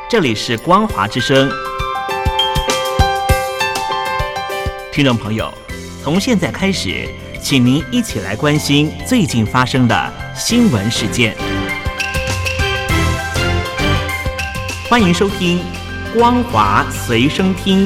这里是光华之声。听众朋友，从现在开始，请您一起来关心最近发生的新闻事件。欢迎收听光华随声听。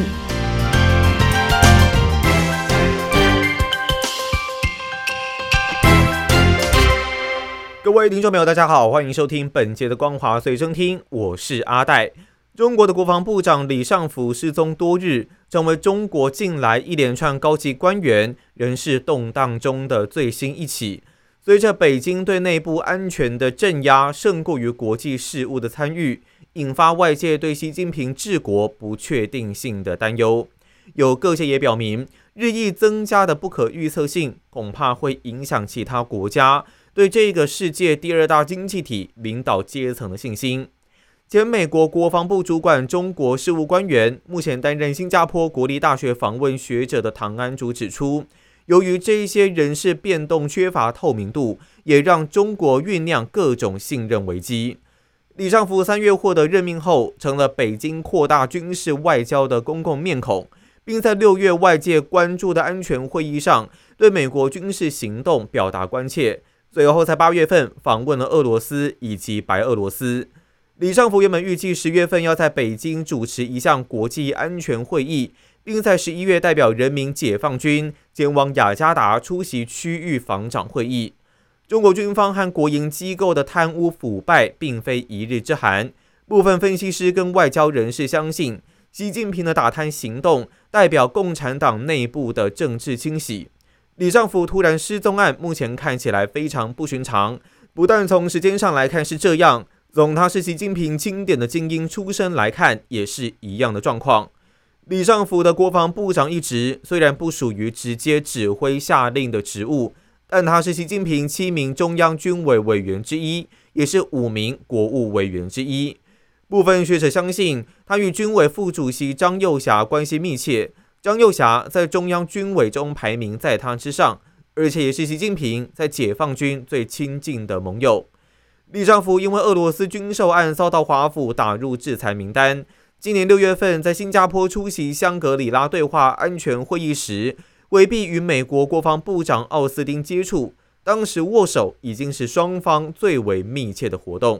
各位听众朋友，大家好，欢迎收听本节的光华随声听，我是阿戴。中国的国防部长李尚福失踪多日，成为中国近来一连串高级官员人事动荡中的最新一起。随着北京对内部安全的镇压胜过于国际事务的参与，引发外界对习近平治国不确定性的担忧。有各界也表明，日益增加的不可预测性恐怕会影响其他国家对这个世界第二大经济体领导阶层的信心。前美国国防部主管中国事务官员，目前担任新加坡国立大学访问学者的唐安竹指出，由于这些人事变动缺乏透明度，也让中国酝酿各种信任危机。李尚福3月获得任命后，成了北京扩大军事外交的公共面孔，并在6月外界关注的安全会议上对美国军事行动表达关切。随后在8月份访问了俄罗斯以及白俄罗斯。李尚福原本预计10月份要在北京主持一项国际安全会议，并在11月代表人民解放军前往雅加达出席区域防长会议。中国军方和国营机构的贪污腐败并非一日之寒，部分分析师跟外交人士相信，习近平的打贪行动代表共产党内部的政治清洗。李尚福突然失踪案目前看起来非常不寻常，不但从时间上来看是这样，从他是习近平钦点的精英出身来看也是一样的状况。李尚福的国防部长一职虽然不属于直接指挥下令的职务，但他是习近平7名中央军委委员之一，也是5名国务委员之一。部分学者相信，他与军委副主席张又侠关系密切，张又侠在中央军委中排名在他之上，而且也是习近平在解放军最亲近的盟友。李尚福因为俄罗斯军售案遭到华府打入制裁名单，今年6月份在新加坡出席香格里拉对话安全会议时，回避与美国国防部长奥斯汀接触，当时握手已经是双方最为密切的活动。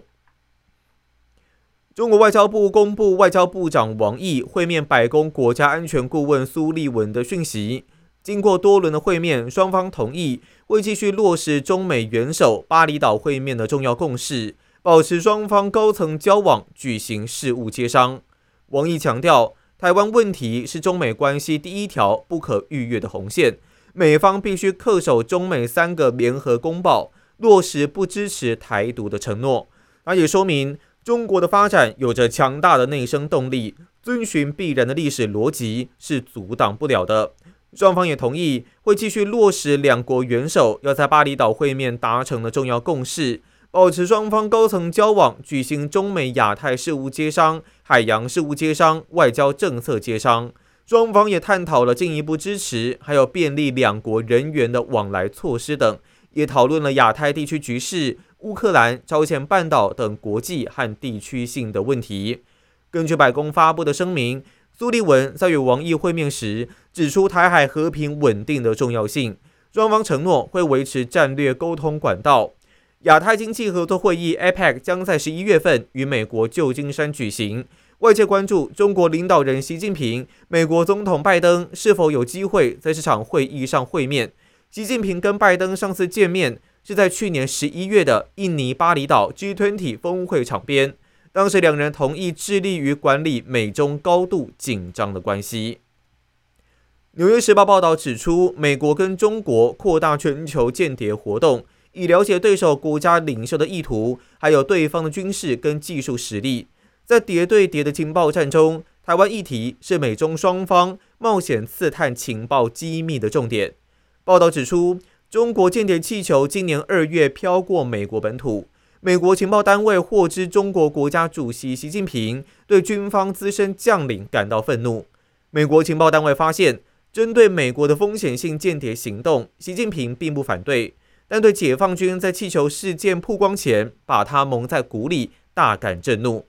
中国外交部公布外交部长王毅会面白宫国家安全顾问苏利文的讯息。经过多轮的会面，双方同意会继续落实中美元首巴厘岛会面的重要共识，保持双方高层交往，举行事务接商。王毅强调，台湾问题是中美关系第一条不可逾越的红线，美方必须恪守中美3个联合公报，落实不支持台独的承诺。他也说明，中国的发展有着强大的内生动力，遵循必然的历史逻辑是阻挡不了的。双方也同意会继续落实2国元首要在巴厘岛会面达成的重要共识，保持双方高层交往，举行中美亚太事务接商、海洋事务接商、外交政策接商。双方也探讨了进一步支持还有便利2国人员的往来措施等，也讨论了亚太地区局势、乌克兰、朝鲜半岛等国际和地区性的问题。根据白宫发布的声明，苏利文在与王毅会面时指出台海和平稳定的重要性，双方承诺会维持战略沟通管道。亚太经济合作会议 APEC 将在11月份于美国旧金山举行，外界关注中国领导人习近平、美国总统拜登是否有机会在这场会议上会面。习近平跟拜登上次见面是在去年11月的印尼巴厘岛 G20 峰会场边，当时2人同意致力于管理美中高度紧张的关系。纽约时报报道指出，美国跟中国扩大全球间谍活动，以了解对手国家领袖的意图，还有对方的军事跟技术实力。在谍对谍的情报战中，台湾议题是美中双方冒险刺探情报机密的重点。报道指出，中国间谍气球今年2月飘过美国本土，美国情报单位获知中国国家主席习近平对军方资深将领感到愤怒。美国情报单位发现，针对美国的风险性间谍行动，习近平并不反对，但对解放军在气球事件曝光前把他蒙在鼓里大感震怒。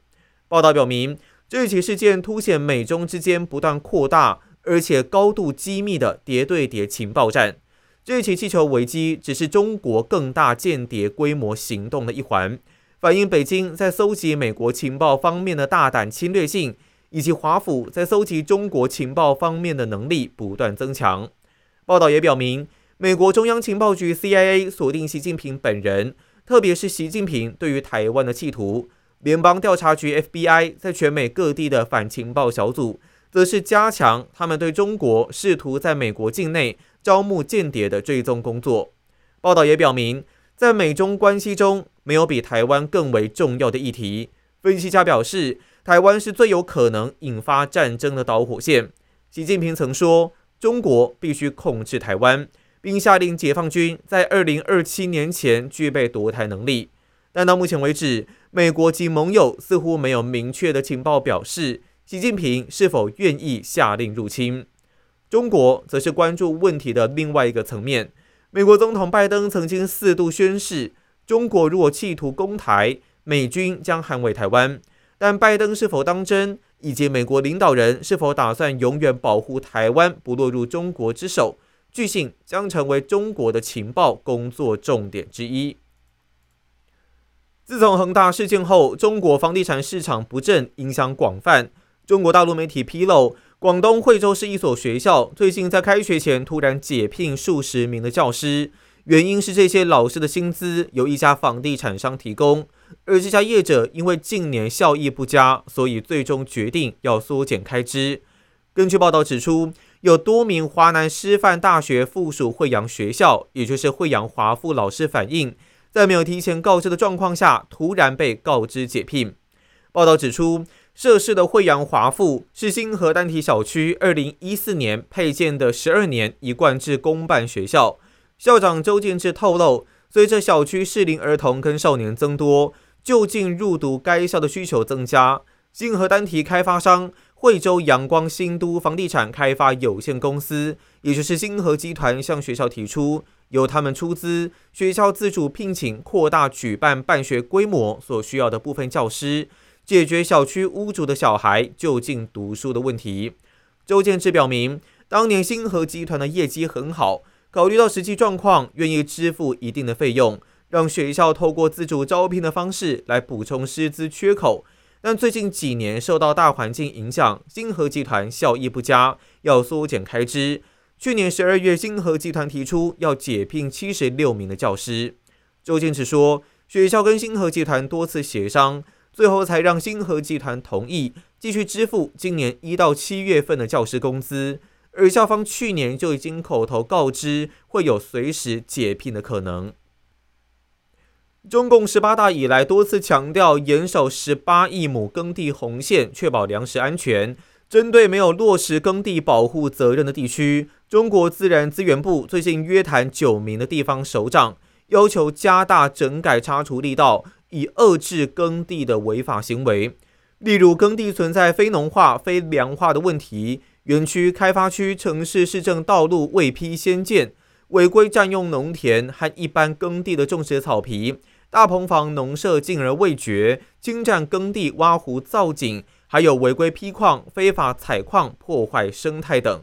报道表明，这起事件凸显美中之间不断扩大而且高度机密的谍对谍情报战。这起气球危机只是中国更大间谍规模行动的一环，反映北京在搜集美国情报方面的大胆侵略性，以及华府在搜集中国情报方面的能力不断增强。报道也表明，美国中央情报局 CIA 锁定习近平本人，特别是习近平对于台湾的企图。联邦调查局 FBI 在全美各地的反情报小组，则是加强他们对中国试图在美国境内招募间谍的追踪工作。报道也表明，在美中关系中，没有比台湾更为重要的议题。分析家表示，台湾是最有可能引发战争的导火线。习近平曾说，中国必须控制台湾，并下令解放军在2027年前具备夺台能力。但到目前为止，美国及盟友似乎没有明确的情报表示习近平是否愿意下令入侵。中国则是关注问题的另外一个层面。美国总统拜登曾经4度宣示，中国如果企图攻台，美军将捍卫台湾。但拜登是否当真，以及美国领导人是否打算永远保护台湾不落入中国之手，据信将成为中国的情报工作重点之一。自从恒大事件后，中国房地产市场不振，影响广泛。中国大陆媒体披露，广东惠州市一所学校最近在开学前突然解聘数十名的教师，原因是这些老师的薪资由一家房地产商提供，而这家业者因为近年效益不佳，所以最终决定要缩减开支。根据报道指出，有多名华南师范大学附属惠阳学校，也就是惠阳华附老师反映，在没有提前告知的状况下，突然被告知解聘。报道指出，涉事的惠阳华附是新河单体小区2014年配建的12年一贯制公办学校。校长周建志透露，随着小区适龄儿童跟少年增多，就近入读该校的需求增加，新河单体开发商惠州阳光新都房地产开发有限公司，也就是新河集团，向学校提出，由他们出资，学校自主聘请扩大举办办学规模所需要的部分教师，解决小区屋主的小孩就近读书的问题。周建志表明，当年新河集团的业绩很好，考虑到实际状况，愿意支付一定的费用，让学校透过自主招聘的方式来补充师资缺口。但最近几年受到大环境影响，新河集团效益不佳，要缩减开支。去年12月，新河集团提出要解聘76名的教师。周建志说，学校跟新河集团多次协商，最后才让新河集团同意继续支付今年1到7月份的教师工资，而校方去年就已经口头告知会有随时解聘的可能。中共18大以来多次强调严守18亿亩耕地红线，确保粮食安全。针对没有落实耕地保护责任的地区，中国自然资源部最近约谈9名的地方首长，要求加大整改查处力道，以遏制耕地的违法行为。例如，耕地存在非农化、非粮化的问题，园区、开发区、城市市政道路未批先建，违规占用农田和一般耕地的种植草皮，大棚房农舍进而未决，侵占耕地挖湖造井，还有违规批矿、非法采矿、破坏生态等。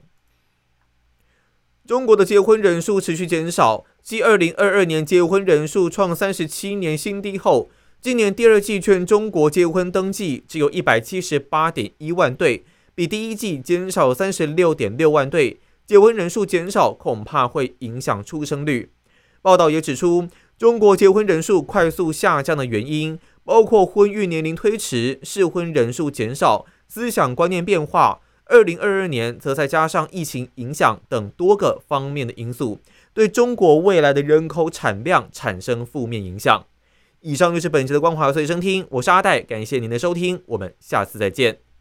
中国的结婚人数持续减少，继2022年结婚人数创37年新低后，今年第二季全中国结婚登记只有178.1万对，比第一季减少36.6万对。结婚人数减少恐怕会影响出生率。报道也指出，中国结婚人数快速下降的原因包括婚育年龄推迟、适婚人数减少、思想观念变化。2022年则再加上疫情影响等多个方面的因素，对中国未来的人口产量产生负面影响。以上就是本期的光华随身听，我是阿戴，感谢您的收听，我们下次再见。